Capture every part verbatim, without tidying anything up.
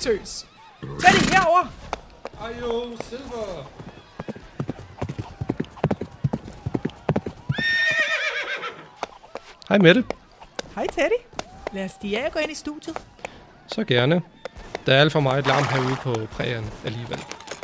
tøs. Teddy, herover. Ajo, Silver. Hej Mette. Hej Teddy. Lad os stige af og gå ind i studiet. Så gerne. Der er alt for meget larm herude på prærien alligevel.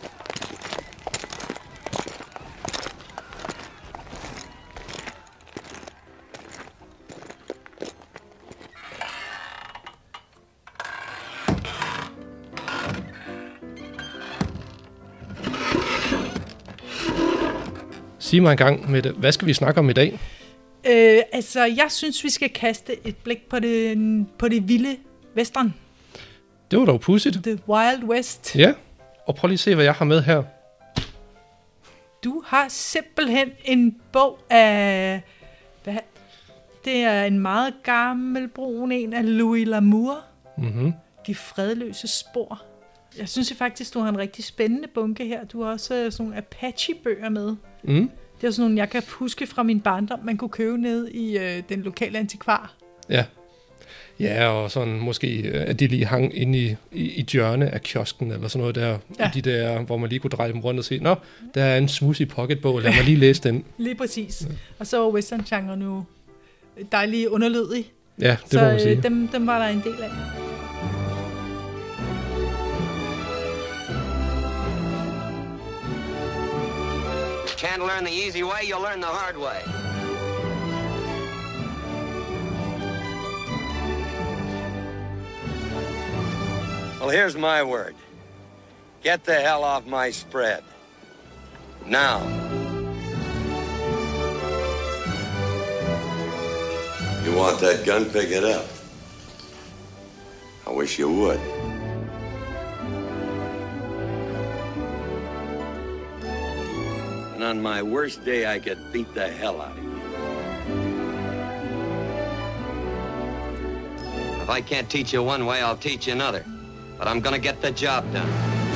Sig mig en gang, Mette, hvad skal vi snakke om i dag? Øh, altså, jeg synes, vi skal kaste et blik på det, på det vilde western. Det var dog pudsigt. The Wild West. Ja, og prøv lige at se, hvad jeg har med her. Du har simpelthen en bog af... Hvad? Det er en meget gammel brun en af Louis L'Amour. Mhm. De fredløse spor. Jeg synes faktisk, du har en rigtig spændende bunke her. Du har også øh, sådan nogle Apache-bøger med. Mm. Det er sådan nogle, jeg kan huske fra min barndom, man kunne købe ned i øh, den lokale antikvar. Ja. Ja, og sådan måske, øh, at de lige hang inde i, i, i hjørne af kiosken, eller sådan noget der, Ja. i de der, hvor man lige kunne dreje dem rundt og se, nå, der er en smoothie pocketbog, lad mig lige læse den. Lige præcis. Ja. Og så var western-genre nu dejlig underlødig. Ja, det så må man sige. øh, dem, dem var der en del af. Can't learn the easy way, you'll learn the hard way. Well, here's my word. Get the hell off my spread. Now. You want that gun? Pick it up. I wish you would. And on my worst day, I could beat the hell out of you. If I can't teach you one way, I'll teach you another. But I'm gonna get the job done.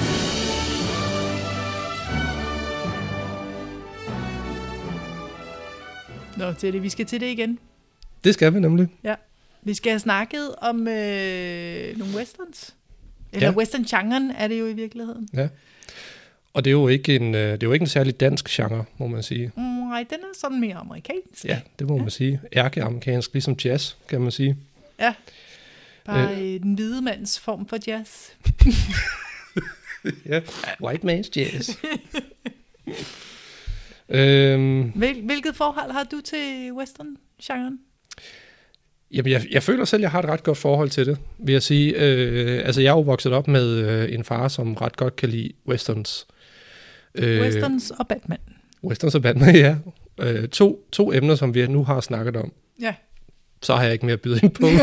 Nå, til det. Vi skal til det igen. Det skal vi nemlig. Ja. Vi skal have snakket om øh, nogle westerns. Eller Ja. western-genren er det jo i virkeligheden. Ja. Og det er jo ikke en, øh, det er jo ikke en særlig dansk genre, må man sige. Mm, nej, den er sådan mere amerikansk. Ja, det må ja. man sige. Ærkeamerikansk, ligesom jazz, kan man sige. Ja. Bare øh. den hvide mands form for jazz. Ja, white man's jazz. øhm, Hvil, hvilket forhold har du til western-genren? Jamen, jeg, jeg føler selv, at jeg har et ret godt forhold til det, vil jeg sige. Øh, altså, jeg er jo vokset op med øh, en far, som ret godt kan lide westerns. Øh, westerns og Batman. Westerns og Batman, ja. Øh, to, to emner, som vi nu har snakket om. Ja. Så har jeg ikke mere at byde ind på.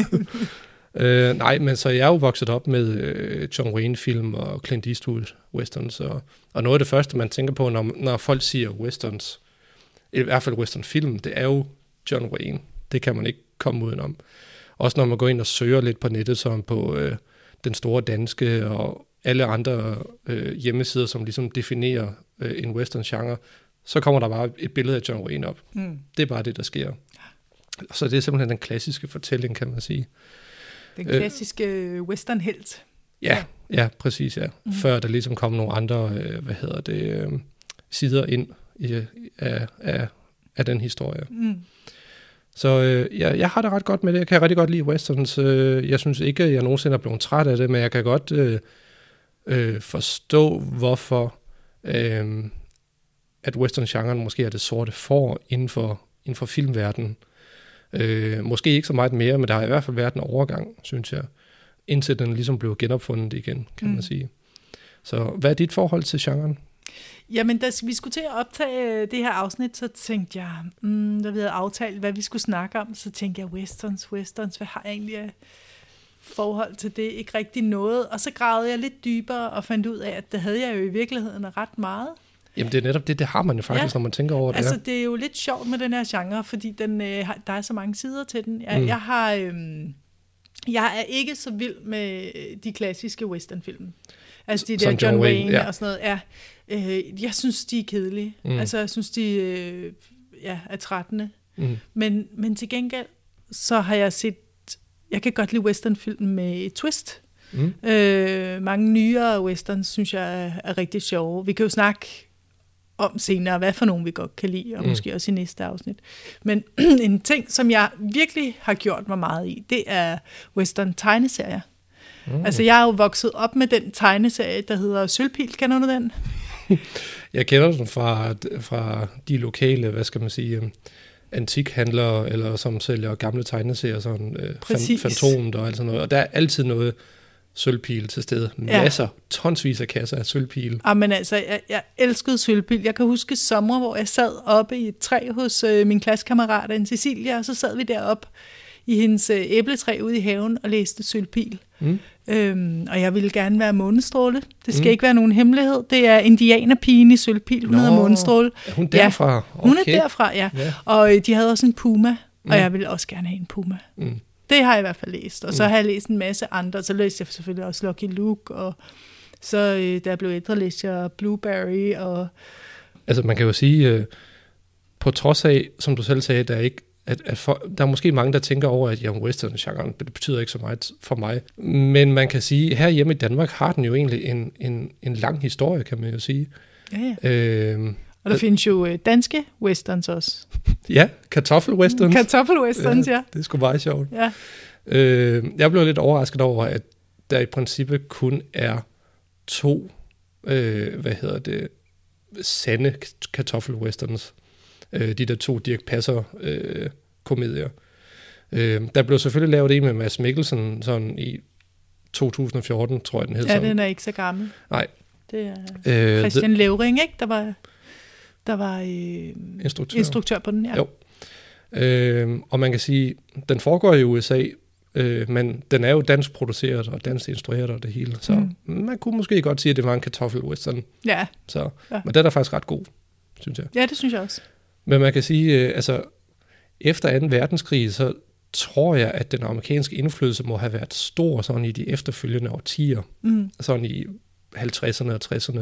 øh, nej, men så jeg er jo vokset op med øh, John Wayne-film og Clint Eastwood westerns. Og, og noget af det første, man tænker på, når, når folk siger westerns, i hvert fald western-film, det er jo John Wayne. Det kan man ikke komme udenom. Også når man går ind og søger lidt på nettet, som på øh, Den Store Danske og alle andre øh, hjemmesider, som ligesom definerer øh, en western-genre, så kommer der bare et billede af John Wayne op. Mm. Det er bare det, der sker. Så det er simpelthen den klassiske fortælling, kan man sige. Den klassiske øh, western-helt. Ja, ja, præcis, ja. Mm. Før der ligesom kom nogle andre, øh, hvad hedder det, øh, sider ind i, af, af, af den historie. Mm. Så øh, ja, jeg har det ret godt med det. Jeg kan rigtig godt lide westerns. Øh, jeg synes ikke, at jeg nogensinde er blevet træt af det, men jeg kan godt øh, øh, forstå, hvorfor øh, at western-genren måske er det sorte får inden for, inden for filmverdenen. Øh, måske ikke så meget mere, men der har i hvert fald været en overgang, synes jeg, indtil den ligesom blev genopfundet igen, kan mm. man sige. Så hvad er dit forhold til genren? Jamen, da vi skulle til at optage det her afsnit, så tænkte jeg, mm, da vi havde aftalt, hvad vi skulle snakke om, så tænkte jeg, westerns, westerns, hvad har jeg egentlig af forhold til det? Ikke rigtig noget. Og så gravede jeg lidt dybere og fandt ud af, at det havde jeg jo i virkeligheden ret meget. Jamen, det er netop det, det har man jo faktisk, ja. Når man tænker over det. Altså, her. det er jo lidt sjovt med den her genre, fordi den, øh, der er så mange sider til den. Jeg, mm. jeg har... Øh, jeg er ikke så vild med de klassiske westernfilm. Altså de der John, John Wayne, Wayne ja. Og sådan noget. Ja, øh, jeg synes, de er kedelige. Mm. Altså, jeg synes, de øh, ja, er trættende. Mm. Men, men til gengæld, så har jeg set... Jeg kan godt lide westernfilm med et twist. Mm. Øh, mange nyere westerns, synes jeg, er, er rigtig sjove. Vi kan jo snakke om senere, hvad for nogen vi godt kan lide, og mm. måske også i næste afsnit. Men en ting, som jeg virkelig har gjort mig meget i, det er western-tegneserier. Mm. Altså, jeg er jo vokset op med den tegneserie, der hedder Sølvpil. Kender du den? Jeg kender den fra, fra de lokale, hvad skal man sige, antikhandlere, eller som sælger gamle tegneserier, sådan øh, Fantomet og alt sådan noget. Og der er altid noget Sølvpil til stede. Masser, ja. Tonsvis af kasser af Sølvpil. Ah, men altså, jeg, jeg elskede Sølvpil. Jeg kan huske sommer, hvor jeg sad oppe i et træ hos øh, min klassekammerat, en Cecilia, og så sad vi deroppe i hendes øh, æbletræ ude i haven og læste Sølvpil. Mm. Øhm, og jeg ville gerne være Månestråle. Det skal mm. ikke være nogen hemmelighed. Det er indianerpigen i Sølvpil. Hun Nå, hedder Månestråle. Er hun derfra? Ja, hun okay. er derfra, ja. ja. Og øh, de havde også en puma, mm. og jeg ville også gerne have en puma. Mm. Det har jeg i hvert fald læst. Og så mm. har jeg læst en masse andre. Så læste jeg selvfølgelig også Lucky Luke. Og så øh, da jeg blev ældre, læste jeg Blueberry. Og altså man kan jo sige, øh, på trods af, som du selv sagde, der er ikke At, at for, der er måske mange, der tænker over, at jamen, western-genren, det betyder ikke så meget for mig. Men man kan sige, her hjemme i Danmark har den jo egentlig en, en, en lang historie, kan man jo sige. Ja, ja. Øhm, og der at, findes jo danske westerns også. Ja, kartoffelwesterns. Kartoffelwesterns, ja. ja. Det er sgu meget sjovt. Ja. Øh, jeg blev lidt overrasket over, at der i princippet kun er to, øh, hvad hedder det, sande kartoffelwesterns. De der to Dirch Passer-komedier. Øh, der blev selvfølgelig lavet en med Mads Mikkelsen sådan i to tusind og fjorten, tror jeg, den hed. Ja, den er ikke så gammel. Nej. Det er øh, Christian the... Levring, ikke? Der var, der var øh, instruktør. instruktør på den, ja. Jo. Øh, og man kan sige, den foregår i U S A, øh, men den er jo dansk produceret og dansk instrueret og det hele. Så mm. man kunne måske godt sige, at det var en kartoffel-western. Ja. Så, ja. Men den er faktisk ret god, synes jeg. Ja, det synes jeg også. Men man kan sige, øh, altså efter anden verdenskrig, så tror jeg, at den amerikanske indflydelse må have været stor sådan i de efterfølgende årtier, mm. sådan i halvtredserne og tresserne.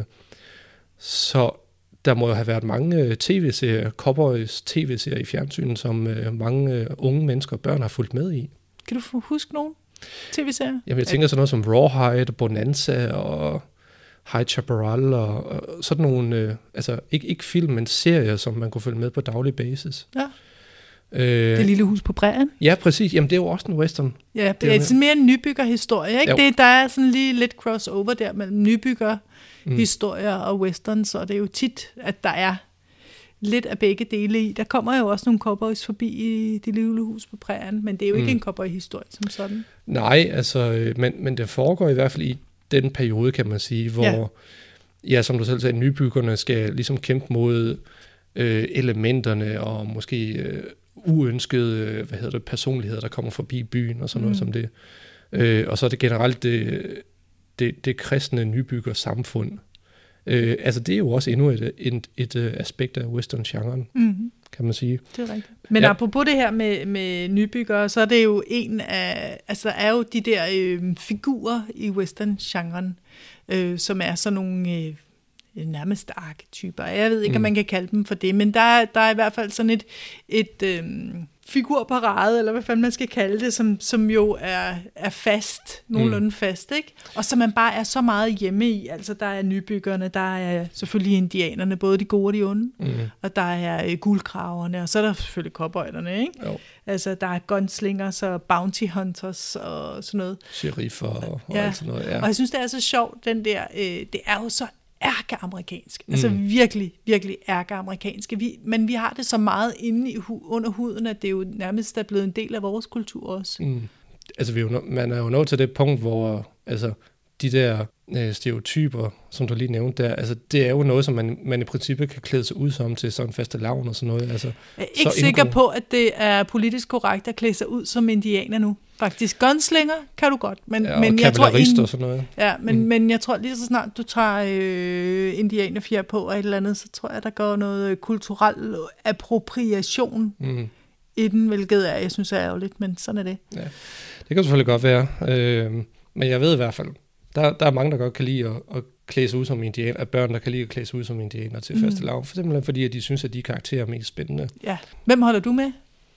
Så der må jo have været mange tv-serier, Cowboys tv-serier i fjernsynet, som øh, mange øh, unge mennesker og børn har fulgt med i. Kan du huske nogen tv-serier? Jamen jeg tænker sådan noget som Rawhide, Bonanza og High Chaparral og, og sådan nogle, øh, altså ikke, ikke film, men serier, som man kunne følge med på daglig basis. Ja. Øh, det lille hus på prærien. Ja, præcis. Jamen det er jo også en western. Ja, det er sådan mere en nybyggerhistorie, ikke? Det, der er sådan lige lidt crossover der mellem nybyggerhistorier mm. og westerns, og det er jo tit, at der er lidt af begge dele i. Der kommer jo også nogle cowboys forbi i det lille hus på prærien, men det er jo ikke mm. en cowboy-historie som sådan. Nej, altså, men, men det foregår i hvert fald i den periode, kan man sige, hvor, ja, ja som du selv sagde, nybyggerne skal ligesom kæmpe mod øh, elementerne og måske øh, uønskede hvad hedder det, personligheder, der kommer forbi byen og sådan noget mm. som det. Øh, og så er det generelt det, det, det kristne nybyggersamfund. Øh, altså det er jo også endnu et, et, et, et aspekt af western-genren, mm. kan man sige. Det er rigtigt. Men ja. Apropos det her med, med nybyggere, så er det jo en af, altså er jo de der øh, figurer i western-genren, øh, som er sådan nogle øh, nærmest arketyper. Jeg ved ikke, mm. om man kan kalde dem for det, men der, der er i hvert fald sådan et, et øh, figurparade, eller hvad fanden man skal kalde det, som, som jo er, er fast, nogenlunde mm. fast, ikke? Og som man bare er så meget hjemme i. Altså, der er nybyggerne, der er selvfølgelig indianerne, både de gode og de onde, mm. og der er øh, guldgraverne, og så er der selvfølgelig cowboyderne, ikke? Jo. Altså, der er gunslingers og bounty hunters og sådan noget. Sheriffer og, og ja. alt sådan noget, ja. Og jeg synes, det er så sjovt, den der, øh, det er jo så ærkeamerikansk. Altså mm. virkelig, virkelig ærkeamerikanske. Vi, men vi har det så meget inde i hu- under huden, at det er jo nærmest er blevet en del af vores kultur også. Mm. Altså vi er jo, man er jo nået til det punkt, hvor altså, de der øh, stereotyper, som du lige nævnte der, altså det er jo noget, som man, man i princippet kan klæde sig ud som til sådan fastelavn og sådan noget. Altså, jeg er ikke sikker indgå. på, at det er politisk korrekt at klæde sig ud som indianer nu. Faktisk gunslinger kan du godt, men, ja, men jeg tror in... og sådan noget. Ja, men, mm. men jeg tror lige så snart du tager øh, indianerfjer på og et eller andet, så tror jeg der går noget kulturel appropriation mm. i den, hvilket er, jeg synes er ærgerligt, men sådan er det. Ja, det kan selvfølgelig godt være, øh, men jeg ved i hvert fald, der, der er mange der godt kan lide at, at klæde sig ud som indianer, at børn der kan lide at klæde sig ud som indianer til mm. fastelavn, for simpelthen fordi at de synes at de karakterer er mest spændende. Ja, hvem holder du med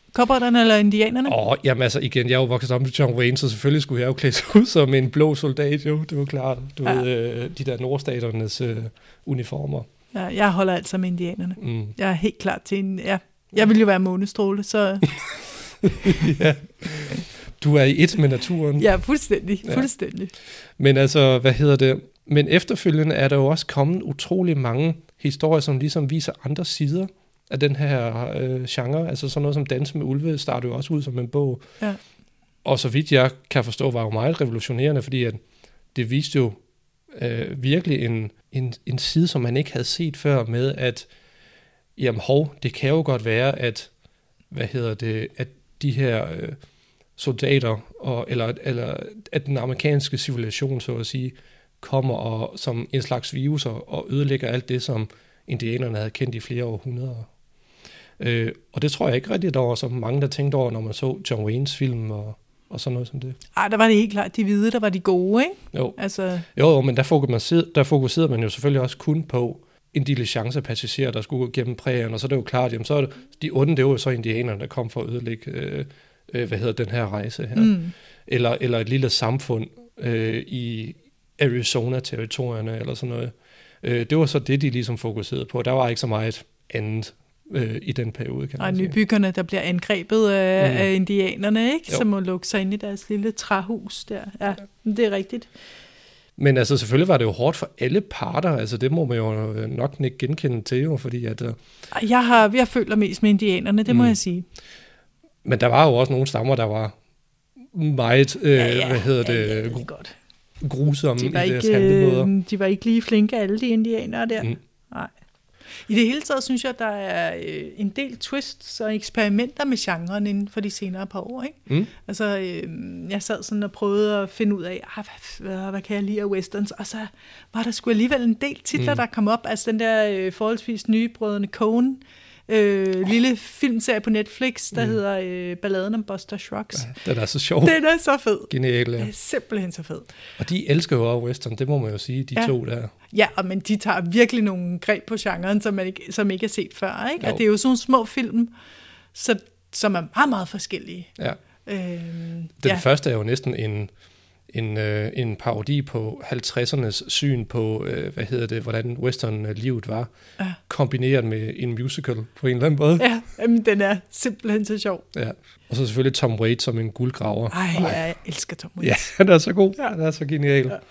Cowboyderne eller indianerne? Åh, jamen altså igen, jeg er jo vokset op med John Wayne, så selvfølgelig skulle jeg jo klæde sig ud som en blå soldat, jo, det var klart. Du ja. ved, øh, de der nordstaternes øh, uniformer. Ja, jeg holder altså med indianerne. Mm. Jeg er helt klar til en... Ja, jeg vil jo være månestråle, så... ja. Du er i et med naturen. Ja, fuldstændig, fuldstændig. Ja. Men altså, hvad hedder det? Men efterfølgende er der jo også kommet utrolig mange historier, som ligesom viser andre sider af den her øh, genre. Altså sådan noget som Danse med Ulve startede jo også ud som en bog. Ja. Og så vidt jeg kan forstå, var jo meget revolutionerende, fordi at det viste jo øh, virkelig en, en, en side, som man ikke havde set før med, at jamen hov, det kan jo godt være, at hvad hedder det, at de her øh, soldater, og, eller, eller at den amerikanske civilisation, så at sige, kommer og, som en slags virus og, og ødelægger alt det, som indianerne havde kendt i flere århundreder. Øh, og det tror jeg ikke rigtigt, der var så mange, der tænkte over, når man så John Waynes film og, og sådan noget som det. Ej, der var det helt klart de hvide, der var de gode, ikke? Jo, altså... jo men der fokuserede, der fokuserede man jo selvfølgelig også kun på en diligencepassager, der skulle gå gennem prærien, og så er det jo klart, jamen så er det, de onde, det var jo så indianerne, der kom for at ødelægge, øh, øh, hvad hedder den her rejse her. Mm. Eller, eller et lille samfund øh, i Arizona-territorierne, eller sådan noget. Øh, det var så det, de ligesom fokuserede på. Der var ikke så meget andet øh, i den periode, kan man sige. Og nybyggerne, der bliver angrebet af, mm. af indianerne, ikke? Jo. Som må lukke sig ind i deres lille træhus der. Ja, ja. Det er rigtigt. Men altså selvfølgelig var det jo hårdt for alle parter, altså det må man jo nok ikke genkende til, jo, fordi at... Uh... Jeg har, jeg føler mest med indianerne, det mm. må jeg sige. Men der var jo også nogle stammer, der var meget, øh, ja, ja, hvad hedder ja, det, ja, det godt. grusomme de i deres ikke, handlemåder. De var ikke lige flinke, alle de indianere der. Mm. Nej. I det hele taget synes jeg, der er øh, en del twists og eksperimenter med genren inden for de senere par år. Ikke? Mm. Altså, øh, jeg sad sådan og prøvede at finde ud af, ah, hvad, hvad, hvad kan jeg lide af westerns? Og så var der sgu alligevel en del titler, mm. der kom op. Altså den der øh, forholdsvis nye Brødrene Coen, øh, oh. lille filmserie på Netflix, der mm. hedder øh, Balladen om Buster Scruggs. Ja, den er så sjov. Den er så fed. Genial, ja. Det er simpelthen så fed. Og de elsker jo også western, det må man jo sige, de ja. to der. Ja, og men de tager virkelig nogle greb på genren, som man ikke, som ikke er set før, ikke? Jo. Og det er jo sådan små film, så, som er meget, meget forskellige. Ja. Øhm, Den ja. første er jo næsten en, en, øh, en parodi på halvtredsernes syn på, øh, hvad hedder det, hvordan western-livet var, ja. kombineret med en musical på en eller anden måde. Ja, jamen, den er simpelthen så sjov. Ja. Og så selvfølgelig Tom Waits som en guldgraver. Ej, Ej. jeg elsker Tom Waits. Ja, han er så god. Ja. Han er så genial. Ja.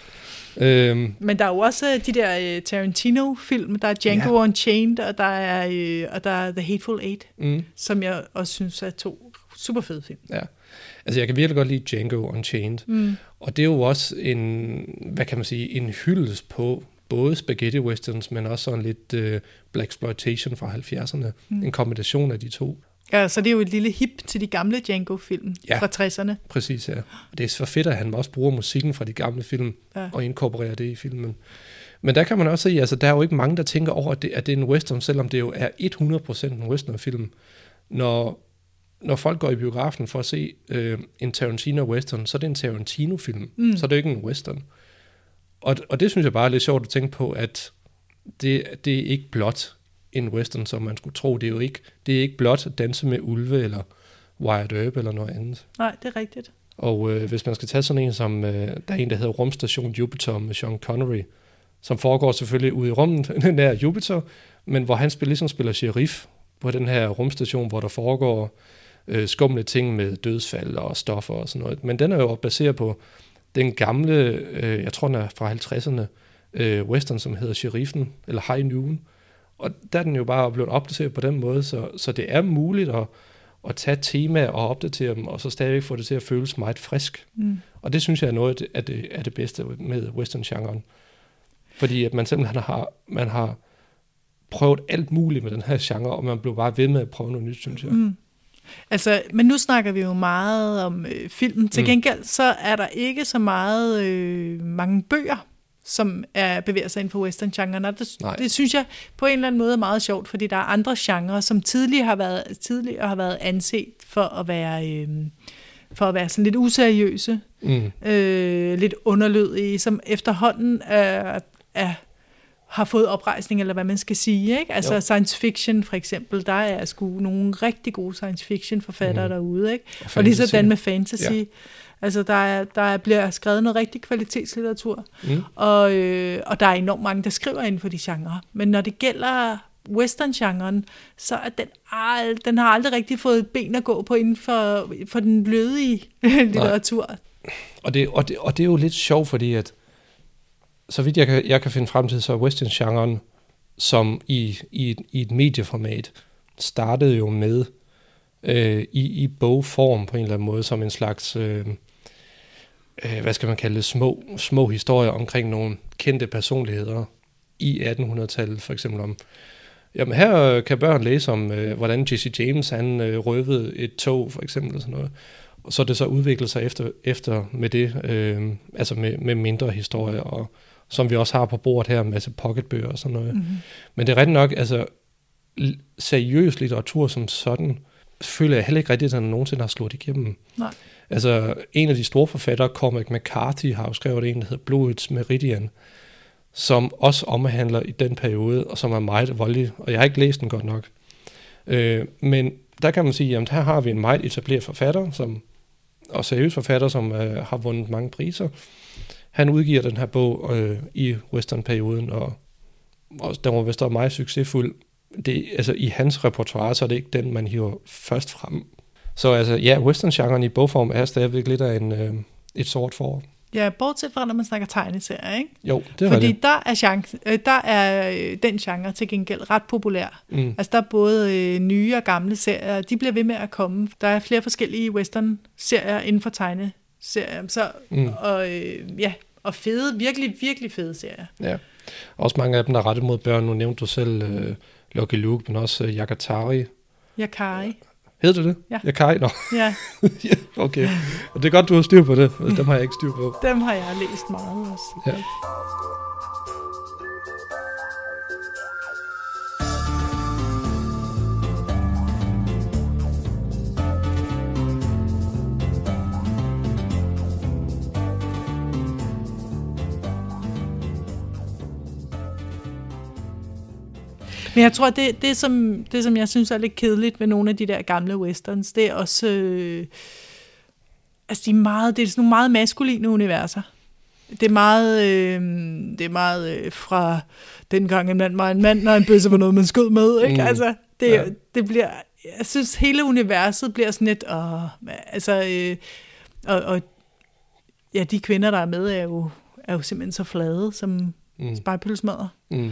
Øhm. Men der er jo også de der uh, Tarantino-film, der er Django ja. Unchained, og der er, uh, og der er The Hateful Eight, mm. som jeg også synes er to super fede film. Ja, altså jeg kan virkelig godt lide Django Unchained, mm. og det er jo også en, hvad kan man sige, en hyldest på både spaghetti westerns, men også sådan lidt uh, blaxploitation fra halvfjerdserne, mm. en kombination af de to. Ja, så det er jo et lille hip til de gamle Django-film ja, fra tresserne. Præcis, ja. Og det er så fedt, at han også bruger musikken fra de gamle film ja. og inkorporerer det i filmen. Men der kan man også se, altså der er jo ikke mange, der tænker over, at det, at det er en western, selvom det jo er hundrede procent en western-film. Når, når folk går i biografen for at se øh, en Tarantino-western, så er det en Tarantino-film. Mm. Så er det ikke en western. Og, og det synes jeg bare er lidt sjovt at tænke på, at det, det er ikke blot en western, som man skulle tro. Det er jo ikke, det er ikke blot Danse med Ulve, eller Wyatt Earp, eller noget andet. Nej, det er rigtigt. Og øh, hvis man skal tage sådan en som, øh, der er en, der hedder Rumstation Jupiter med Sean Connery, som foregår selvfølgelig ude i rummet nær Jupiter, men hvor han spiller, ligesom spiller sheriff på den her rumstation, hvor der foregår øh, skumle ting med dødsfald og stoffer og sådan noget. Men den er jo baseret på den gamle, øh, jeg tror den er fra halvtredserne, øh, western, som hedder Sheriffen, eller High Noon. Og der er den jo bare blevet opdateret på den måde, så, så det er muligt at, at tage temaer og opdatere dem, og så stadigvæk få det til at føles meget frisk. Mm. Og det synes jeg er noget af det, af det bedste med western-genren. Fordi at man simpelthen har, man har prøvet alt muligt med den her genre, og man blev bare ved med at prøve noget nyt, synes jeg. Mm. Altså, men nu snakker vi jo meget om øh, film. Til gengæld så er der ikke så meget øh, mange bøger, som er bevæger sig inden for western-genren. Og det, det synes jeg på en eller anden måde er meget sjovt, fordi der er andre genrer, som tidligere har været, tidligere har været anset for at være, øh, for at være sådan lidt useriøse, mm. øh, lidt underlødige, som efterhånden er, er har fået oprejsning, eller hvad man skal sige, ikke? Altså jo. Science fiction for eksempel, der er sgu nogle rigtig gode science fiction forfattere mm. derude, ikke? Og, og lige sådan med fantasy. Ja. Altså, der, er, der bliver skrevet noget rigtig kvalitetslitteratur, mm. og, øh, og der er enormt mange, der skriver inden for de genrer. Men når det gælder western-genren, så er den, ald- den har aldrig rigtig fået ben at gå på inden for, for den lødige litteratur. Og det, og, det, og det er jo lidt sjovt, fordi at så vidt jeg kan, jeg kan finde frem til, så western-genren, som i, i, i et medieformat, startede jo med øh, i, i bogform på en eller anden måde, som en slags, øh, øh, hvad skal man kalde det, små, små historier omkring nogle kendte personligheder i attenhundredetallet, for eksempel om, jamen her kan børn læse om, øh, hvordan Jesse James, han øh, røvede et tog, for eksempel, og sådan noget. Og så det så udviklet sig efter, efter med det, øh, altså med, med mindre historier, og som vi også har på bordet her, en masse pocketbøger og sådan noget. Mm-hmm. Men det er rigtig nok, altså seriøs litteratur som sådan, føler jeg heller ikke rigtigt, at den nogensinde har slået igennem. Nej. Altså en af de store forfattere, Cormac McCarthy, har jo skrevet en, der hedder Blodets Meridian, som også omhandler i den periode, og som er meget voldelig, og jeg har ikke læst den godt nok. Øh, men der kan man sige, jamen her har vi en meget etableret forfatter, som, og seriøs forfatter, som øh, har vundet mange priser. Han udgiver den her bog øh, i western-perioden, og, og den var vist også meget succesfuld. Det, altså i hans repertoire, så er det ikke den, man hiver først frem. Så altså, ja, western-genren i bogform er stadigvæk lidt af en, øh, et sort forår. Ja, bortset fra, når man snakker tegneserier, ikke? Jo, det er Fordi det. der er, chance, øh, der er øh, den genre til gengæld ret populær. Mm. Altså der er både øh, nye og gamle serier, de bliver ved med at komme. Der er flere forskellige western-serier inden for tegneserier. Så, mm. og, øh, ja, og fede, virkelig, virkelig fede serier. Ja, også mange af dem, der er rettet mod børn. Nu nævnte du selv øh, Lucky Luke, men også øh, Yakatari. Yakari. Hedder det det? Ja. Yakari? Nå. Ja. Ja, okay. Og det er godt, du har styr på det. Dem har jeg ikke styr på. Dem har jeg læst meget også. Ja. Men jeg tror, det, det, som, det, som jeg synes er lidt kedeligt ved nogle af de der gamle westerns, det er også, øh, altså de er meget, det er sådan nogle meget maskuline universer. Det er meget, øh, det er meget øh, fra dengang en mand var en mand, når en bøsse var noget, man skød med, ikke? Mm. Altså, det, ja. det bliver, jeg synes, hele universet bliver sådan lidt, og, altså, øh, og, og ja, de kvinder, der er med, er jo, er jo simpelthen så flade, som mm. spejpølsmadder. Mm.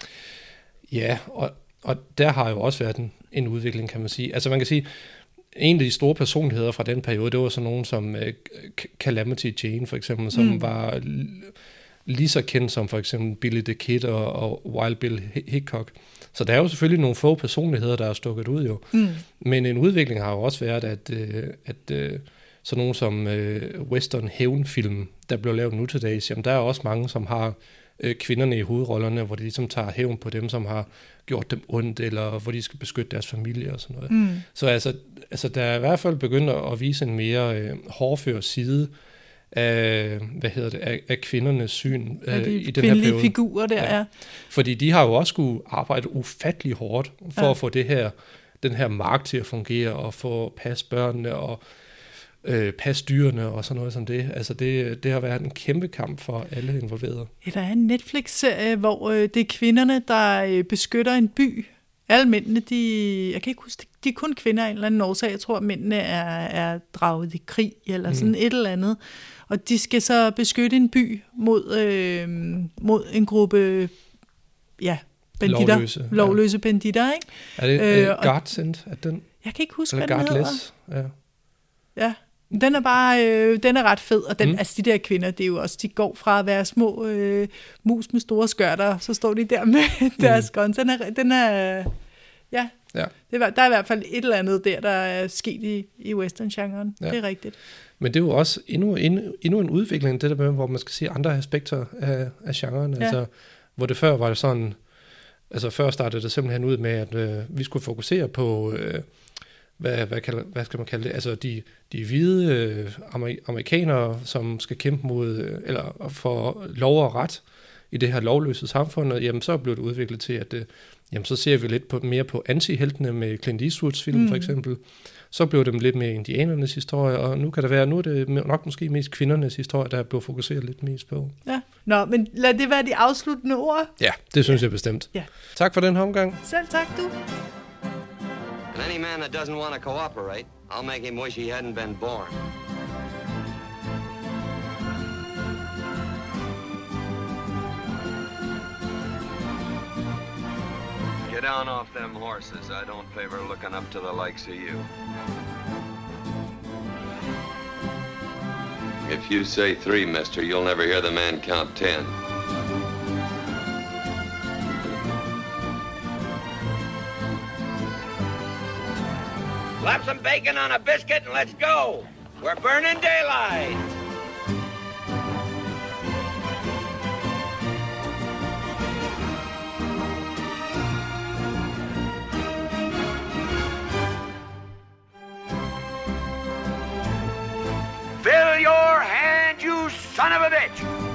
Ja, og, og der har jo også været en, en udvikling, kan man sige. Altså man kan sige, en af de store personligheder fra den periode, det var sådan nogen som uh, Calamity Jane for eksempel, som mm. var l- lige så kendt som for eksempel Billy the Kid og, og Wild Bill Hickok. Så der er jo selvfølgelig nogle få personligheder, der er stukket ud jo. Mm. Men en udvikling har jo også været, at, uh, at uh, sådan nogen som uh, western hævnfilm, der blev lavet nu til dags, jamen der er også mange, som har kvinderne i hovedrollerne, hvor de ligesom tager hævn på dem, som har gjort dem ondt, eller hvor de skal beskytte deres familie og sådan noget. Mm. Så altså, altså, der er i hvert fald begyndt at vise en mere øh, hårdfør side af, hvad hedder det, af, af kvindernes syn øh, de i den her periode. Figurer der, ja. ja. Fordi de har jo også skulle arbejde ufattelig hårdt for ja. at få det her, den her mark til at fungere, og få passe børnene, og Øh, passe dyrene og sådan noget som det. Altså det, det har været en kæmpe kamp for alle involverede. Ja, der er en Netflix-serie, hvor øh, det er kvinderne, der øh, beskytter en by. Alle mændene, de, jeg kan ikke huske, de er kun kvinder af en eller anden årsag. Jeg tror, at mændene er, er draget i krig eller sådan mm. et eller andet. Og de skal så beskytte en by mod, øh, mod en gruppe, ja, banditter. Lovløse. Lovløse ja. banditter, ikke? Er det øh, Guardsend? Er den? Jeg kan ikke huske, eller hvad den Guardless? hedder. Ja. Ja. Den er bare, øh, den er ret fed, og den, mm. altså de der kvinder, det er jo også, de går fra at være små øh, mus med store skørter, så står de der med deres mm. guns. Den er, den er ja, ja. Det er, der er i hvert fald et eller andet der, der er sket i, i western-genren, ja. Det er rigtigt. Men det er jo også endnu, endnu, endnu en udvikling, det der med, hvor man skal se andre aspekter af, af genren, ja. Altså, hvor det før var det sådan, altså før startede det simpelthen ud med, at øh, vi skulle fokusere på øh, Hvad, hvad, kalder, hvad skal man kalde det? Altså de, de hvide øh, amerikanere, som skal kæmpe mod, øh, eller for lov og ret i det her lovløse samfund, og jamen, så blev det udviklet til, at øh, jamen, så ser vi lidt på, mere på anti-heltene med Clint Eastwoods film mm. for eksempel. Så blev det lidt mere indianernes historie, og nu kan det være, nu er det nok måske mest kvindernes historie, der er blevet fokuseret lidt mest på. Ja, nå, men lad det være de afsluttende ord. Ja, det synes jeg bestemt. Ja. Tak for den her omgang. Selv tak, du. And any man that doesn't want to cooperate, I'll make him wish he hadn't been born. Get down off them horses. I don't favor looking up to the likes of you. If you say three, mister, you'll never hear the man count ten. Slap some bacon on a biscuit and let's go. We're burning daylight. Fill your hand, you son of a bitch!